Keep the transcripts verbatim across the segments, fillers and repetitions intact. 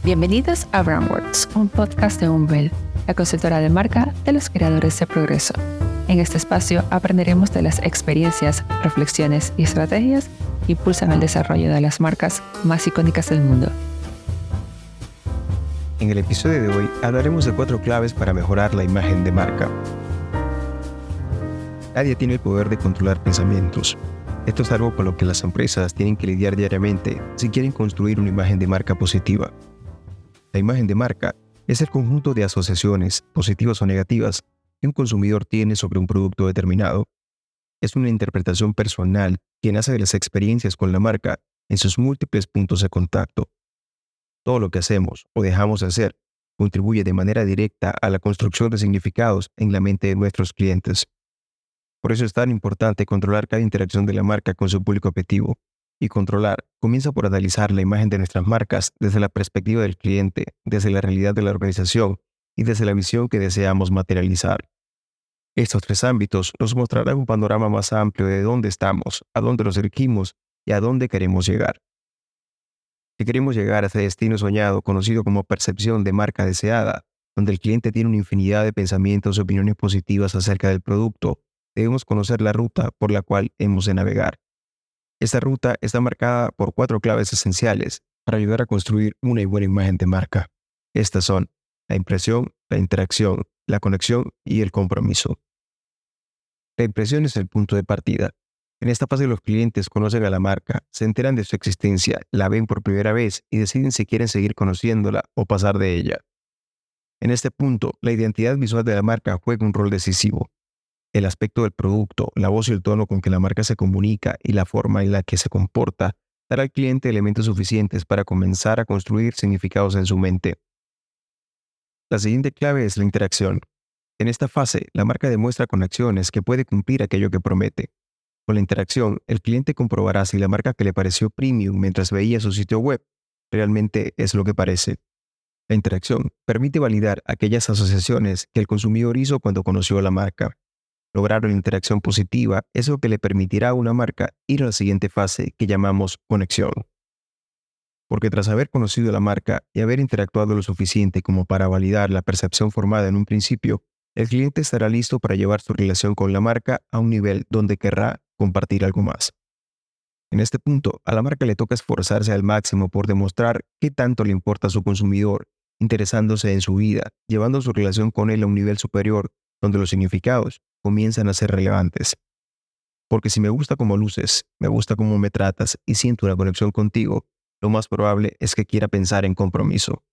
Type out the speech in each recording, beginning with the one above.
Bienvenidos a Brandworks, un podcast de Umbel, la consultora de marca de los creadores de progreso. En este espacio aprenderemos de las experiencias, reflexiones y estrategias que impulsan el desarrollo de las marcas más icónicas del mundo. En el episodio de hoy hablaremos de cuatro claves para mejorar la imagen de marca. Nadie tiene el poder de controlar pensamientos. Esto es algo con lo que las empresas tienen que lidiar diariamente si quieren construir una imagen de marca positiva. La imagen de marca es el conjunto de asociaciones, positivas o negativas, que un consumidor tiene sobre un producto determinado. Es una interpretación personal que nace de las experiencias con la marca en sus múltiples puntos de contacto. Todo lo que hacemos o dejamos de hacer contribuye de manera directa a la construcción de significados en la mente de nuestros clientes. Por eso es tan importante controlar cada interacción de la marca con su público objetivo. Y controlar comienza por analizar la imagen de nuestras marcas desde la perspectiva del cliente, desde la realidad de la organización y desde la visión que deseamos materializar. Estos tres ámbitos nos mostrarán un panorama más amplio de dónde estamos, a dónde nos dirigimos y a dónde queremos llegar. Si queremos llegar a ese destino soñado conocido como percepción de marca deseada, donde el cliente tiene una infinidad de pensamientos y opiniones positivas acerca del producto, debemos conocer la ruta por la cual hemos de navegar. Esta ruta está marcada por cuatro claves esenciales para ayudar a construir una y buena imagen de marca. Estas son la impresión, la interacción, la conexión y el compromiso. La impresión es el punto de partida. En esta fase los clientes conocen a la marca, se enteran de su existencia, la ven por primera vez y deciden si quieren seguir conociéndola o pasar de ella. En este punto, la identidad visual de la marca juega un rol decisivo. El aspecto del producto, la voz y el tono con que la marca se comunica y la forma en la que se comporta dará al cliente elementos suficientes para comenzar a construir significados en su mente. La siguiente clave es la interacción. En esta fase, la marca demuestra con acciones que puede cumplir aquello que promete. Con la interacción, el cliente comprobará si la marca que le pareció premium mientras veía su sitio web realmente es lo que parece. La interacción permite validar aquellas asociaciones que el consumidor hizo cuando conoció a la marca. Lograr una interacción positiva es lo que le permitirá a una marca ir a la siguiente fase que llamamos conexión. Porque tras haber conocido la marca y haber interactuado lo suficiente como para validar la percepción formada en un principio, el cliente estará listo para llevar su relación con la marca a un nivel donde querrá compartir algo más. En este punto, a la marca le toca esforzarse al máximo por demostrar qué tanto le importa a su consumidor, interesándose en su vida, llevando su relación con él a un nivel superior, donde los significados comienzan a ser relevantes. Porque si me gusta cómo luces, me gusta cómo me tratas y siento una conexión contigo, lo más probable es que quiera pensar en compromiso.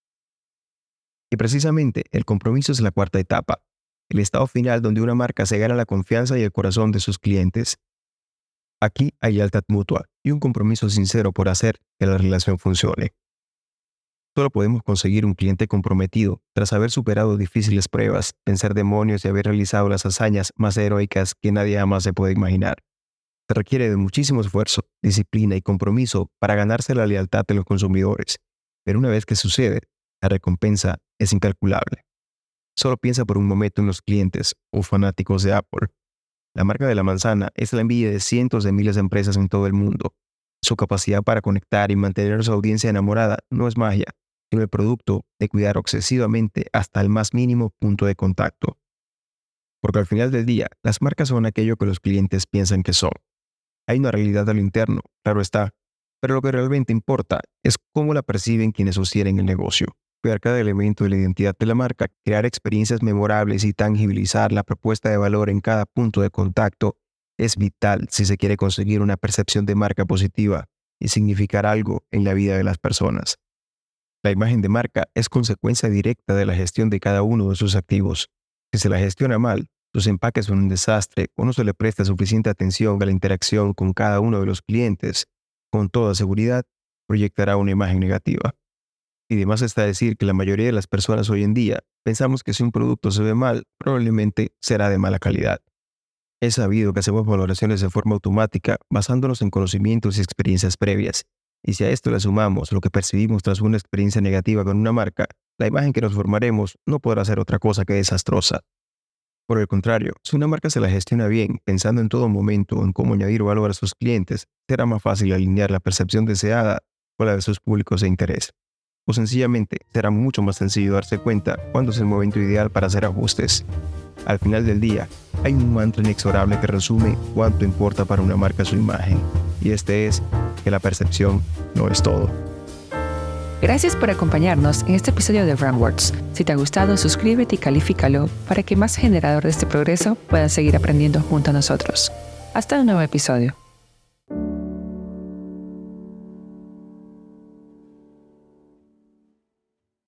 Y precisamente el compromiso es la cuarta etapa, el estado final donde una marca se gana la confianza y el corazón de sus clientes. Aquí hay lealtad mutua y un compromiso sincero por hacer que la relación funcione. Solo podemos conseguir un cliente comprometido tras haber superado difíciles pruebas, vencer demonios y haber realizado las hazañas más heroicas que nadie jamás se puede imaginar. Se requiere de muchísimo esfuerzo, disciplina y compromiso para ganarse la lealtad de los consumidores, pero una vez que sucede, la recompensa es incalculable. Solo piensa por un momento en los clientes o fanáticos de Apple. La marca de la manzana es la envidia de cientos de miles de empresas en todo el mundo. Su capacidad para conectar y mantener a su audiencia enamorada no es magia, sino el producto de cuidar obsesivamente hasta el más mínimo punto de contacto. Porque al final del día, las marcas son aquello que los clientes piensan que son. Hay una realidad a lo interno, claro está, pero lo que realmente importa es cómo la perciben quienes sostienen el negocio. Cuidar cada elemento de la identidad de la marca, crear experiencias memorables y tangibilizar la propuesta de valor en cada punto de contacto es vital si se quiere conseguir una percepción de marca positiva y significar algo en la vida de las personas. La imagen de marca es consecuencia directa de la gestión de cada uno de sus activos. Si se la gestiona mal, sus empaques son un desastre o no se le presta suficiente atención a la interacción con cada uno de los clientes, con toda seguridad proyectará una imagen negativa. Y además está decir que la mayoría de las personas hoy en día pensamos que si un producto se ve mal, probablemente será de mala calidad. Es sabido que hacemos valoraciones de forma automática basándonos en conocimientos y experiencias previas. Y si a esto le sumamos lo que percibimos tras una experiencia negativa con una marca, la imagen que nos formaremos no podrá ser otra cosa que desastrosa. Por el contrario, si una marca se la gestiona bien, pensando en todo momento en cómo añadir valor a sus clientes, será más fácil alinear la percepción deseada con la de sus públicos de interés. o sencillamente será mucho más sencillo darse cuenta cuándo es el momento ideal para hacer ajustes. Al final del día, hay un mantra inexorable que resume cuánto importa para una marca su imagen, y este es que la percepción no es todo. Gracias por acompañarnos en este episodio de BrandWords. Si te ha gustado, suscríbete y califícalo para que más generadores de este progreso puedan seguir aprendiendo junto a nosotros. Hasta un nuevo episodio.